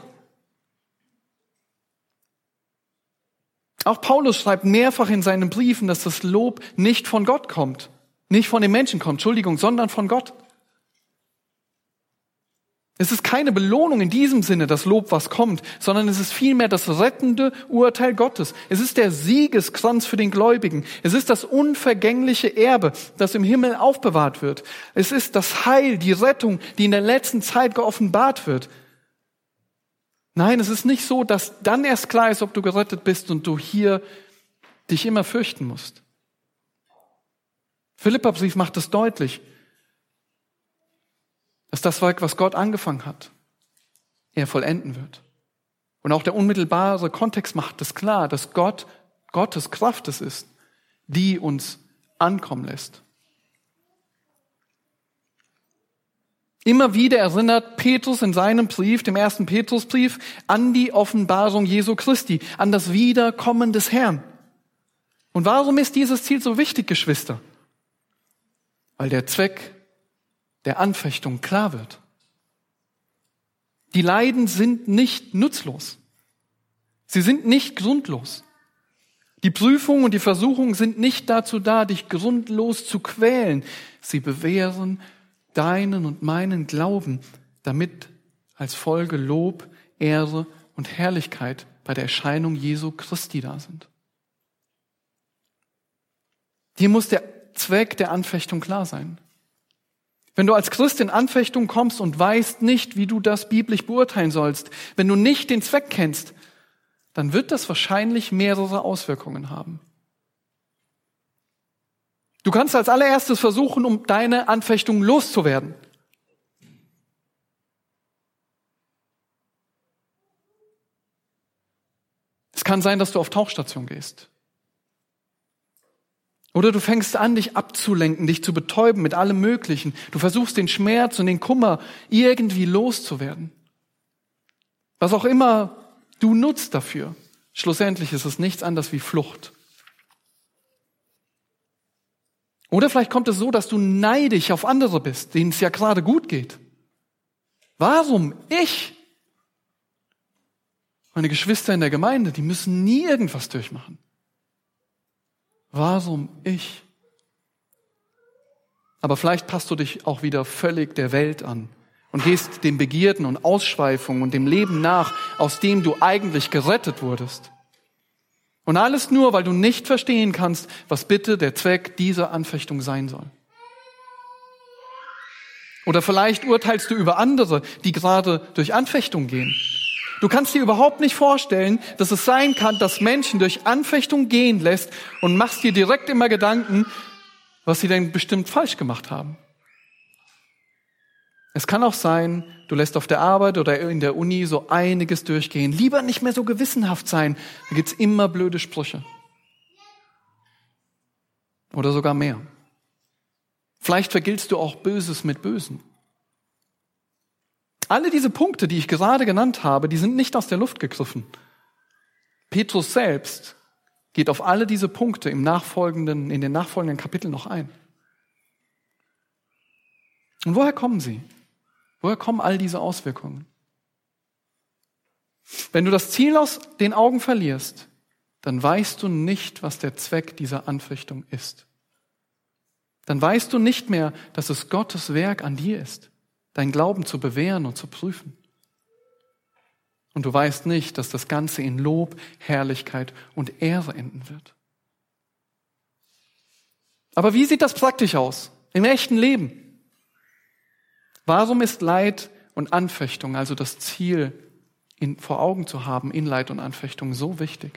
Auch Paulus schreibt mehrfach in seinen Briefen, dass das Lob nicht von Gott kommt, nicht von den Menschen kommt, sondern von Gott. Es ist keine Belohnung in diesem Sinne, das Lob, was kommt, sondern es ist vielmehr das rettende Urteil Gottes. Es ist der Siegeskranz für den Gläubigen. Es ist das unvergängliche Erbe, das im Himmel aufbewahrt wird. Es ist das Heil, die Rettung, die in der letzten Zeit geoffenbart wird. Nein, es ist nicht so, dass dann erst klar ist, ob du gerettet bist und du hier dich immer fürchten musst. Philipperbrief macht es deutlich, dass das Werk, was Gott angefangen hat, er vollenden wird. Und auch der unmittelbare Kontext macht es klar, dass Gottes Kraft es ist, die uns ankommen lässt. Immer wieder erinnert Petrus in seinem Brief, dem 1. Petrusbrief, an die Offenbarung Jesu Christi, an das Wiederkommen des Herrn. Und warum ist dieses Ziel so wichtig, Geschwister? Weil der Zweck der Anfechtung klar wird. Die Leiden sind nicht nutzlos. Sie sind nicht grundlos. Die Prüfungen und die Versuchungen sind nicht dazu da, dich grundlos zu quälen. Sie bewähren deinen und meinen Glauben, damit als Folge Lob, Ehre und Herrlichkeit bei der Erscheinung Jesu Christi da sind. Dir muss der Zweck der Anfechtung klar sein. Wenn du als Christ in Anfechtung kommst und weißt nicht, wie du das biblisch beurteilen sollst, wenn du nicht den Zweck kennst, dann wird das wahrscheinlich mehrere Auswirkungen haben. Du kannst als allererstes versuchen, um deine Anfechtung loszuwerden. Es kann sein, dass du auf Tauchstation gehst. Oder du fängst an, dich abzulenken, dich zu betäuben mit allem Möglichen. Du versuchst den Schmerz und den Kummer irgendwie loszuwerden. Was auch immer du nutzt dafür. Schlussendlich ist es nichts anderes wie Flucht. Oder vielleicht kommt es so, dass du neidisch auf andere bist, denen es ja gerade gut geht. Warum ich? Meine Geschwister in der Gemeinde, die müssen nie irgendwas durchmachen. Warum ich? Aber vielleicht passt du dich auch wieder völlig der Welt an und gehst den Begierden und Ausschweifungen und dem Leben nach, aus dem du eigentlich gerettet wurdest. Und alles nur, weil du nicht verstehen kannst, was bitte der Zweck dieser Anfechtung sein soll. Oder vielleicht urteilst du über andere, die gerade durch Anfechtung gehen. Du kannst dir überhaupt nicht vorstellen, dass es sein kann, dass Menschen durch Anfechtung gehen lässt und machst dir direkt immer Gedanken, was sie denn bestimmt falsch gemacht haben. Es kann auch sein, du lässt auf der Arbeit oder in der Uni so einiges durchgehen. Lieber nicht mehr so gewissenhaft sein. Da gibt's immer blöde Sprüche. Oder sogar mehr. Vielleicht vergiltst du auch Böses mit Bösen. Alle diese Punkte, die ich gerade genannt habe, die sind nicht aus der Luft gegriffen. Petrus selbst geht auf alle diese Punkte in den nachfolgenden Kapiteln noch ein. Und woher kommen sie? Woher kommen all diese Auswirkungen? Wenn du das Ziel aus den Augen verlierst, dann weißt du nicht, was der Zweck dieser Anfechtung ist. Dann weißt du nicht mehr, dass es Gottes Werk an dir ist, dein Glauben zu bewähren und zu prüfen. Und du weißt nicht, dass das Ganze in Lob, Herrlichkeit und Ehre enden wird. Aber wie sieht das praktisch aus? Im echten Leben? Warum ist Leid und Anfechtung, also das Ziel vor Augen zu haben in Leid und Anfechtung, so wichtig?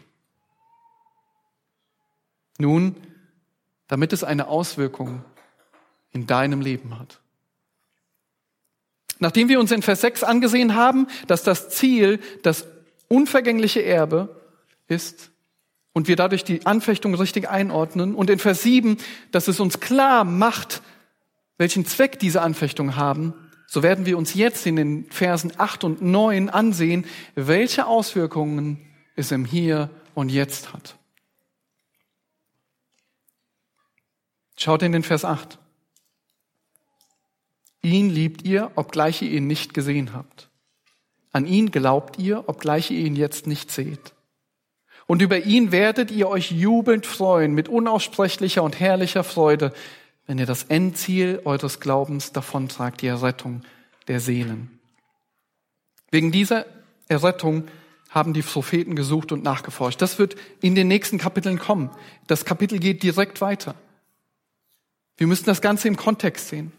Nun, damit es eine Auswirkung in deinem Leben hat. Nachdem wir uns in Vers 6 angesehen haben, dass das Ziel das unvergängliche Erbe ist und wir dadurch die Anfechtung richtig einordnen, und in Vers 7, dass es uns klar macht, welchen Zweck diese Anfechtungen haben, so werden wir uns jetzt in den Versen 8 und 9 ansehen, welche Auswirkungen es im Hier und Jetzt hat. Schaut in den Vers 8. Ihn liebt ihr, obgleich ihr ihn nicht gesehen habt. An ihn glaubt ihr, obgleich ihr ihn jetzt nicht seht. Und über ihn werdet ihr euch jubelnd freuen, mit unaussprechlicher und herrlicher Freude, wenn ihr das Endziel eures Glaubens davontragt, die Errettung der Seelen. Wegen dieser Errettung haben die Propheten gesucht und nachgeforscht. Das wird in den nächsten Kapiteln kommen. Das Kapitel geht direkt weiter. Wir müssen das Ganze im Kontext sehen.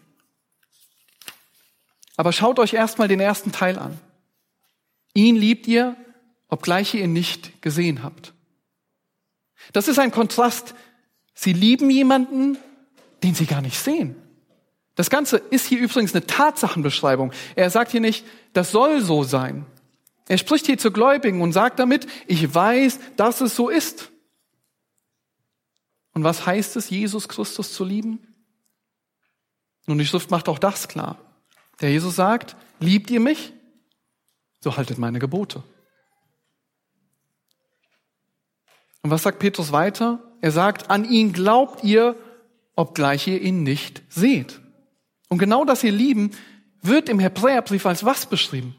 Aber schaut euch erstmal den ersten Teil an. Ihn liebt ihr, obgleich ihr ihn nicht gesehen habt. Das ist ein Kontrast. Sie lieben jemanden, den sie gar nicht sehen. Das Ganze ist hier übrigens eine Tatsachenbeschreibung. Er sagt hier nicht, das soll so sein. Er spricht hier zu Gläubigen und sagt damit, ich weiß, dass es so ist. Und was heißt es, Jesus Christus zu lieben? Nun, die Schrift macht auch das klar. Der Jesus sagt, liebt ihr mich? So haltet meine Gebote. Und was sagt Petrus weiter? Er sagt, an ihn glaubt ihr, obgleich ihr ihn nicht seht. Und genau das hier lieben wird im Hebräerbrief als was beschrieben?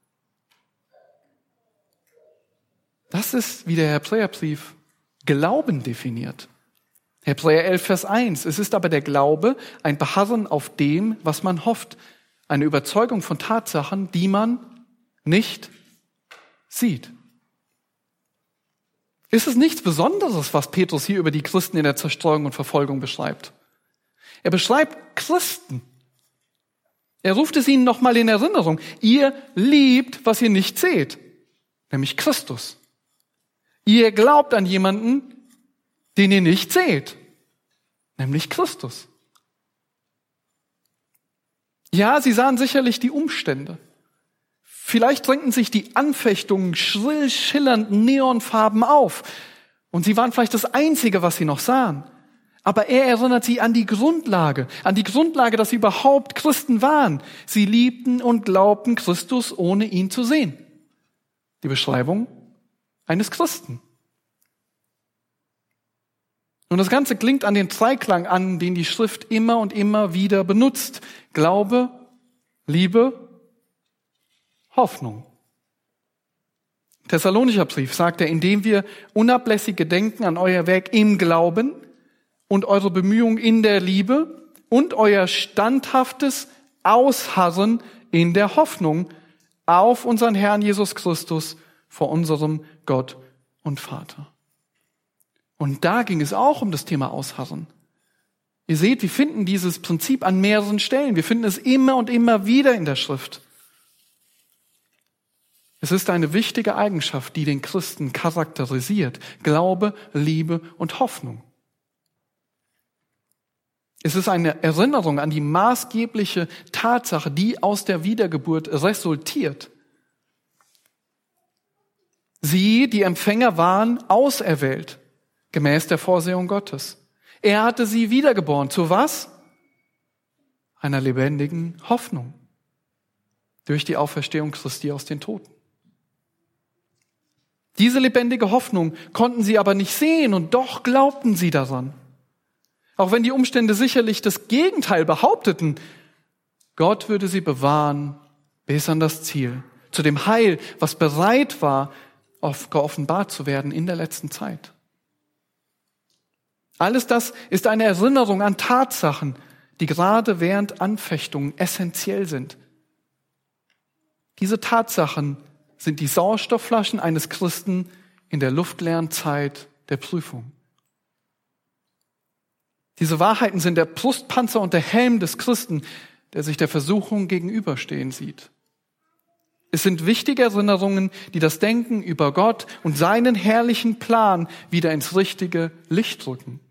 Das ist, wie der Hebräerbrief Glauben definiert. Hebräer 11, Vers 1. Es ist aber der Glaube, ein Beharren auf dem, was man hofft. Eine Überzeugung von Tatsachen, die man nicht sieht. Ist es nichts Besonderes, was Petrus hier über die Christen in der Zerstreuung und Verfolgung beschreibt? Er beschreibt Christen. Er ruft es ihnen nochmal in Erinnerung. Ihr liebt, was ihr nicht seht, nämlich Christus. Ihr glaubt an jemanden, den ihr nicht seht, nämlich Christus. Ja, sie sahen sicherlich die Umstände. Vielleicht drängten sich die Anfechtungen schrill schillernden Neonfarben auf. Und sie waren vielleicht das Einzige, was sie noch sahen. Aber er erinnert sie an die Grundlage, dass sie überhaupt Christen waren. Sie liebten und glaubten Christus, ohne ihn zu sehen. Die Beschreibung eines Christen. Und das Ganze klingt an den Dreiklang an, den die Schrift immer und immer wieder benutzt. Glaube, Liebe, Hoffnung. Thessalonicher Brief sagt er, indem wir unablässig gedenken an euer Werk im Glauben und eure Bemühungen in der Liebe und euer standhaftes Ausharren in der Hoffnung auf unseren Herrn Jesus Christus vor unserem Gott und Vater. Und da ging es auch um das Thema Ausharren. Ihr seht, wir finden dieses Prinzip an mehreren Stellen. Wir finden es immer und immer wieder in der Schrift. Es ist eine wichtige Eigenschaft, die den Christen charakterisiert. Glaube, Liebe und Hoffnung. Es ist eine Erinnerung an die maßgebliche Tatsache, die aus der Wiedergeburt resultiert. Sie, die Empfänger, waren auserwählt, gemäß der Vorsehung Gottes. Er hatte sie wiedergeboren. Zu was? Einer lebendigen Hoffnung. Durch die Auferstehung Christi aus den Toten. Diese lebendige Hoffnung konnten sie aber nicht sehen und doch glaubten sie daran. Auch wenn die Umstände sicherlich das Gegenteil behaupteten, Gott würde sie bewahren bis an das Ziel, zu dem Heil, was bereit war, geoffenbart zu werden in der letzten Zeit. Alles das ist eine Erinnerung an Tatsachen, die gerade während Anfechtungen essentiell sind. Diese Tatsachen sind die Sauerstoffflaschen eines Christen in der luftleeren Zeit der Prüfung. Diese Wahrheiten sind der Brustpanzer und der Helm des Christen, der sich der Versuchung gegenüberstehen sieht. Es sind wichtige Erinnerungen, die das Denken über Gott und seinen herrlichen Plan wieder ins richtige Licht rücken.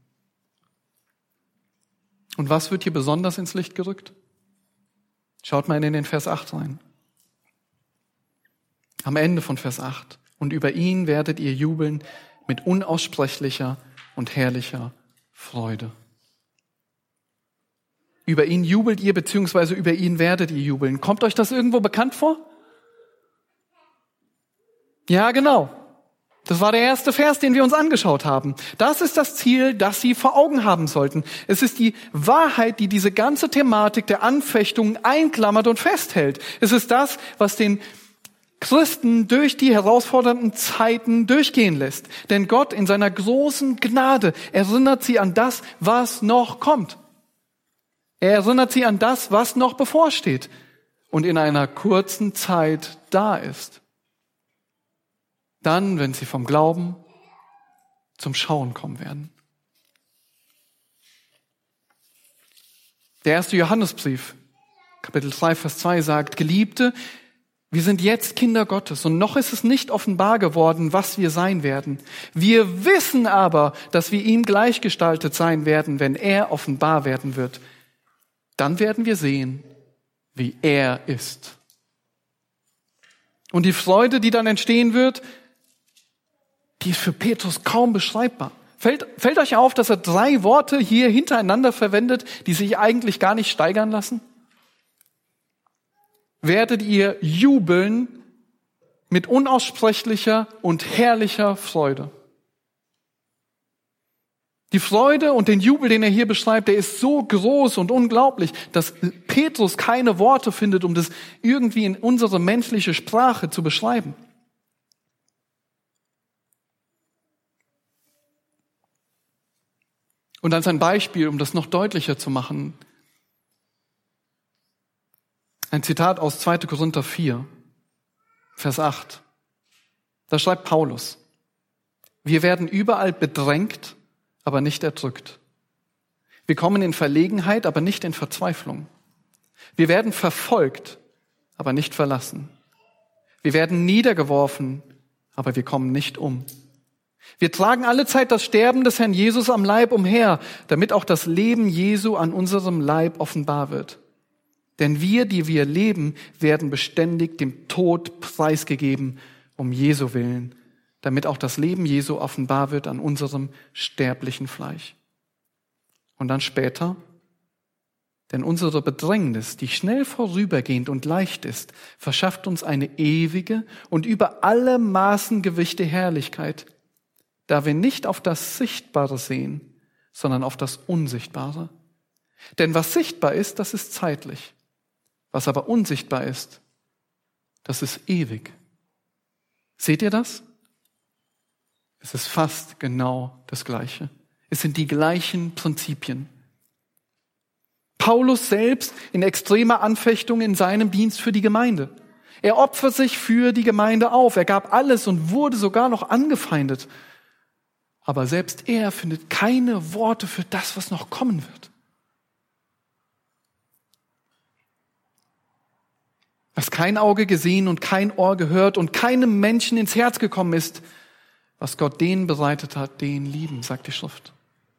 Und was wird hier besonders ins Licht gerückt? Schaut mal in den Vers 8 rein. Am Ende von Vers 8. Und über ihn werdet ihr jubeln mit unaussprechlicher und herrlicher Freude. Über ihn jubelt ihr, beziehungsweise über ihn werdet ihr jubeln. Kommt euch das irgendwo bekannt vor? Ja, genau. Das war der erste Vers, den wir uns angeschaut haben. Das ist das Ziel, das sie vor Augen haben sollten. Es ist die Wahrheit, die diese ganze Thematik der Anfechtung einklammert und festhält. Es ist das, was den Christen durch die herausfordernden Zeiten durchgehen lässt. Denn Gott in seiner großen Gnade erinnert sie an das, was noch kommt. Er erinnert sie an das, was noch bevorsteht. und in einer kurzen Zeit da ist. Dann, wenn sie vom Glauben zum Schauen kommen werden. Der erste Johannesbrief, Kapitel 3, Vers 2 sagt, Geliebte, wir sind jetzt Kinder Gottes und noch ist es nicht offenbar geworden, was wir sein werden. Wir wissen aber, dass wir ihm gleichgestaltet sein werden, wenn er offenbar werden wird. Dann werden wir sehen, wie er ist. Und die Freude, die dann entstehen wird, die ist für Petrus kaum beschreibbar. Fällt euch auf, dass er 3 Worte hier hintereinander verwendet, die sich eigentlich gar nicht steigern lassen? Werdet ihr jubeln mit unaussprechlicher und herrlicher Freude. Die Freude und den Jubel, den er hier beschreibt, der ist so groß und unglaublich, dass Petrus keine Worte findet, um das irgendwie in unsere menschliche Sprache zu beschreiben. Und als ein Beispiel, um das noch deutlicher zu machen, ein Zitat aus 2. Korinther 4, Vers 8. Da schreibt Paulus, wir werden überall bedrängt, aber nicht erdrückt. Wir kommen in Verlegenheit, aber nicht in Verzweiflung. Wir werden verfolgt, aber nicht verlassen. Wir werden niedergeworfen, aber wir kommen nicht um. Wir tragen allezeit das Sterben des Herrn Jesus am Leib umher, damit auch das Leben Jesu an unserem Leib offenbar wird. Denn wir, die wir leben, werden beständig dem Tod preisgegeben, um Jesu willen, damit auch das Leben Jesu offenbar wird an unserem sterblichen Fleisch. Und dann später, denn unsere Bedrängnis, die schnell vorübergehend und leicht ist, verschafft uns eine ewige und über alle Maßen gewichte Herrlichkeit, da wir nicht auf das Sichtbare sehen, sondern auf das Unsichtbare. Denn was sichtbar ist, das ist zeitlich. Was aber unsichtbar ist, das ist ewig. Seht ihr das? Es ist fast genau das Gleiche. Es sind die gleichen Prinzipien. Paulus selbst in extremer Anfechtung in seinem Dienst für die Gemeinde. Er opfert sich für die Gemeinde auf. Er gab alles und wurde sogar noch angefeindet. Aber selbst er findet keine Worte für das, was noch kommen wird. Was kein Auge gesehen und kein Ohr gehört und keinem Menschen ins Herz gekommen ist, was Gott denen bereitet hat, den lieben, sagt die Schrift.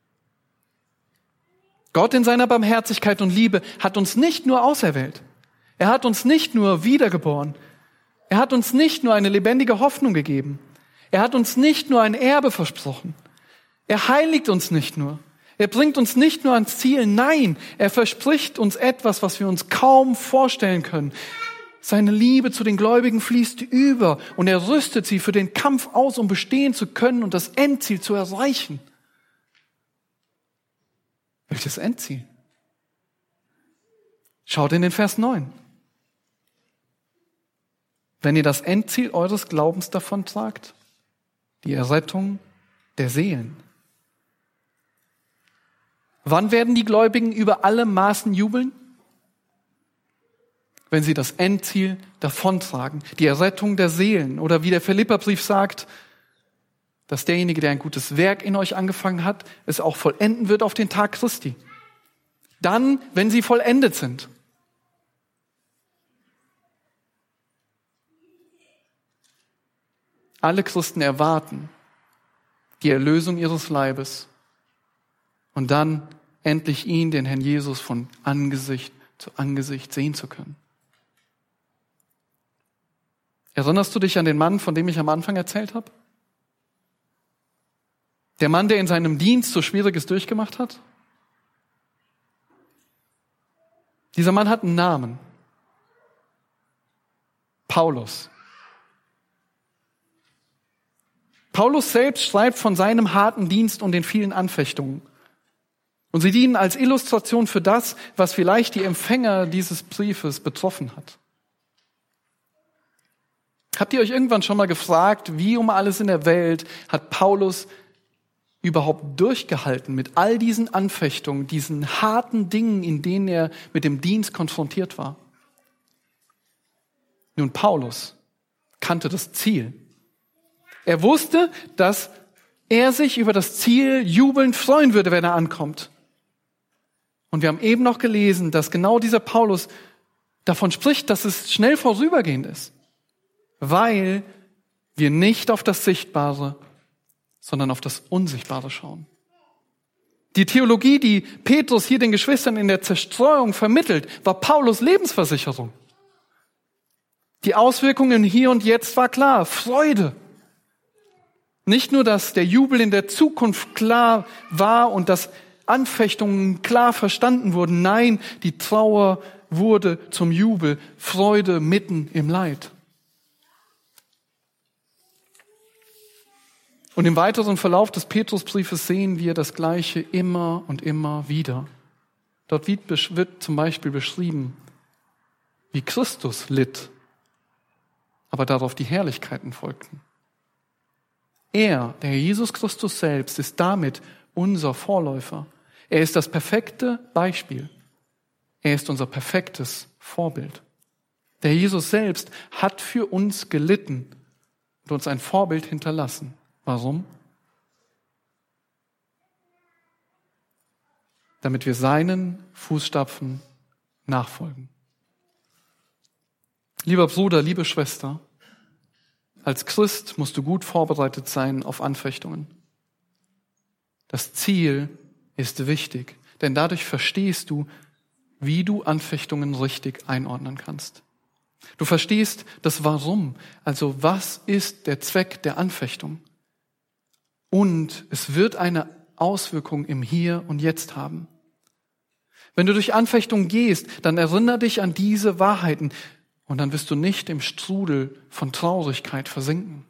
Gott in seiner Barmherzigkeit und Liebe hat uns nicht nur auserwählt. Er hat uns nicht nur wiedergeboren. Er hat uns nicht nur eine lebendige Hoffnung gegeben. Er hat uns nicht nur ein Erbe versprochen. Er heiligt uns nicht nur. Er bringt uns nicht nur ans Ziel. Nein, er verspricht uns etwas, was wir uns kaum vorstellen können. Seine Liebe zu den Gläubigen fließt über und er rüstet sie für den Kampf aus, um bestehen zu können und das Endziel zu erreichen. Welches Endziel? Schaut in den Vers 9. Wenn ihr das Endziel eures Glaubens davontragt, die Errettung der Seelen. Wann werden die Gläubigen über alle Maßen jubeln? Wenn sie das Endziel davontragen, die Errettung der Seelen. Oder wie der Philipperbrief sagt, dass derjenige, der ein gutes Werk in euch angefangen hat, es auch vollenden wird auf den Tag Christi. Dann, wenn sie vollendet sind. Alle Christen erwarten die Erlösung ihres Leibes und dann endlich ihn, den Herrn Jesus, von Angesicht zu Angesicht sehen zu können. Erinnerst du dich an den Mann, von dem ich am Anfang erzählt habe? Der Mann, der in seinem Dienst so Schwieriges durchgemacht hat? Dieser Mann hat einen Namen. Paulus. Paulus selbst schreibt von seinem harten Dienst und den vielen Anfechtungen. Und sie dienen als Illustration für das, was vielleicht die Empfänger dieses Briefes betroffen hat. Habt ihr euch irgendwann schon mal gefragt, wie um alles in der Welt hat Paulus überhaupt durchgehalten mit all diesen Anfechtungen, diesen harten Dingen, in denen er mit dem Dienst konfrontiert war? Nun, Paulus kannte das Ziel. Er wusste, dass er sich über das Ziel jubelnd freuen würde, wenn er ankommt. Und wir haben eben noch gelesen, dass genau dieser Paulus davon spricht, dass es schnell vorübergehend ist, weil wir nicht auf das Sichtbare, sondern auf das Unsichtbare schauen. Die Theologie, die Petrus hier den Geschwistern in der Zerstreuung vermittelt, war Paulus' Lebensversicherung. Die Auswirkungen hier und jetzt war klar, Freude. Nicht nur, dass der Jubel in der Zukunft klar war und dass Anfechtungen klar verstanden wurden. Nein, die Trauer wurde zum Jubel, Freude mitten im Leid. Und im weiteren Verlauf des Petrusbriefes sehen wir das Gleiche immer und immer wieder. Dort wird zum Beispiel beschrieben, wie Christus litt, aber darauf die Herrlichkeiten folgten. Er, der Herr Jesus Christus selbst, ist damit unser Vorläufer. Er ist das perfekte Beispiel. Er ist unser perfektes Vorbild. Der Jesus selbst hat für uns gelitten und uns ein Vorbild hinterlassen. Warum? Damit wir seinen Fußstapfen nachfolgen. Lieber Bruder, liebe Schwester, als Christ musst du gut vorbereitet sein auf Anfechtungen. Das Ziel ist wichtig, denn dadurch verstehst du, wie du Anfechtungen richtig einordnen kannst. Du verstehst das Warum, also was ist der Zweck der Anfechtung? Und es wird eine Auswirkung im Hier und Jetzt haben. Wenn du durch Anfechtung gehst, dann erinnere dich an diese Wahrheiten und dann wirst du nicht im Strudel von Traurigkeit versinken.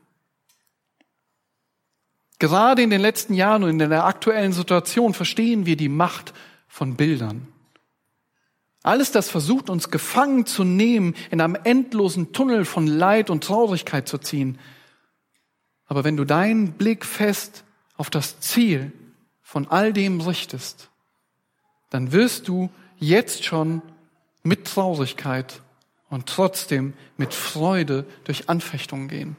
Gerade in den letzten Jahren und in der aktuellen Situation verstehen wir die Macht von Bildern. Alles, das versucht, uns gefangen zu nehmen, in einem endlosen Tunnel von Leid und Traurigkeit zu ziehen. Aber wenn du deinen Blick fest auf das Ziel von all dem richtest, dann wirst du jetzt schon mit Traurigkeit und trotzdem mit Freude durch Anfechtungen gehen.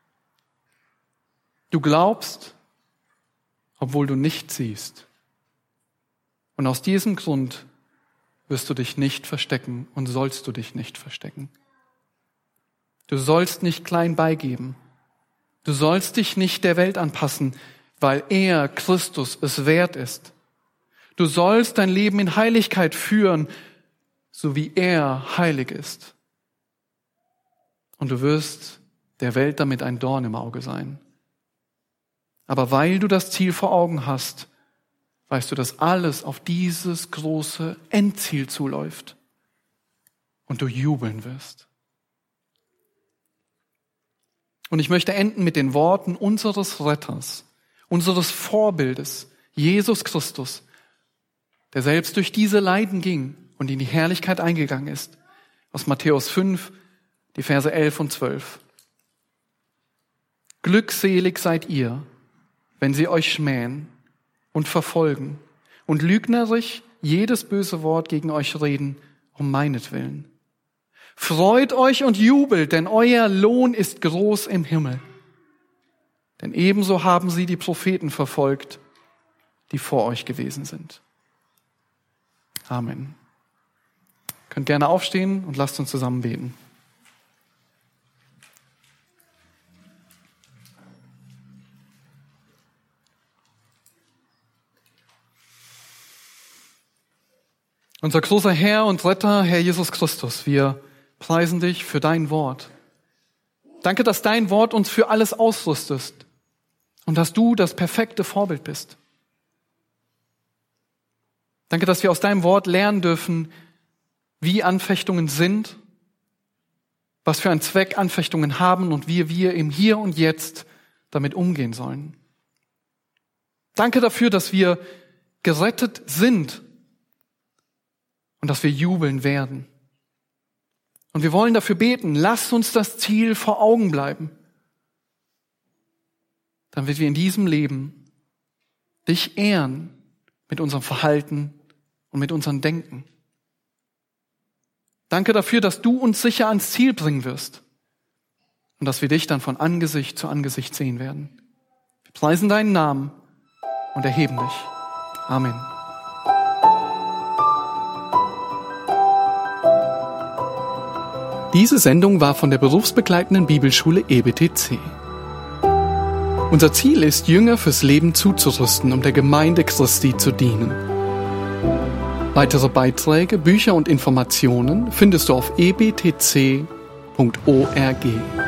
Du glaubst, obwohl du nicht siehst. Und aus diesem Grund wirst du dich nicht verstecken und sollst du dich nicht verstecken. Du sollst nicht klein beigeben. Du sollst dich nicht der Welt anpassen, weil er, Christus, es wert ist. Du sollst dein Leben in Heiligkeit führen, so wie er heilig ist. Und du wirst der Welt damit ein Dorn im Auge sein. Aber weil du das Ziel vor Augen hast, weißt du, dass alles auf dieses große Endziel zuläuft und du jubeln wirst. Und ich möchte enden mit den Worten unseres Retters, unseres Vorbildes, Jesus Christus, der selbst durch diese Leiden ging und in die Herrlichkeit eingegangen ist. Aus Matthäus 5, die Verse 11 und 12. Glückselig seid ihr, wenn sie euch schmähen und verfolgen und lügnerisch jedes böse Wort gegen euch reden, um meinetwillen. Freut euch und jubelt, denn euer Lohn ist groß im Himmel. Denn ebenso haben sie die Propheten verfolgt, die vor euch gewesen sind. Amen. Ihr könnt gerne aufstehen und lasst uns zusammen beten. Unser großer Herr und Retter, Herr Jesus Christus, wir preisen dich für dein Wort. Danke, dass dein Wort uns für alles ausrüstest und dass du das perfekte Vorbild bist. Danke, dass wir aus deinem Wort lernen dürfen, wie Anfechtungen sind, was für einen Zweck Anfechtungen haben und wie wir im Hier und Jetzt damit umgehen sollen. Danke dafür, dass wir gerettet sind und dass wir jubeln werden. Und wir wollen dafür beten, lass uns das Ziel vor Augen bleiben, damit wir in diesem Leben dich ehren mit unserem Verhalten und mit unserem Denken. Danke dafür, dass du uns sicher ans Ziel bringen wirst. und dass wir dich dann von Angesicht zu Angesicht sehen werden. Wir preisen deinen Namen und erheben dich. Amen. Diese Sendung war von der berufsbegleitenden Bibelschule EBTC. Unser Ziel ist, Jünger fürs Leben zuzurüsten, um der Gemeinde Christi zu dienen. Weitere Beiträge, Bücher und Informationen findest du auf ebtc.org.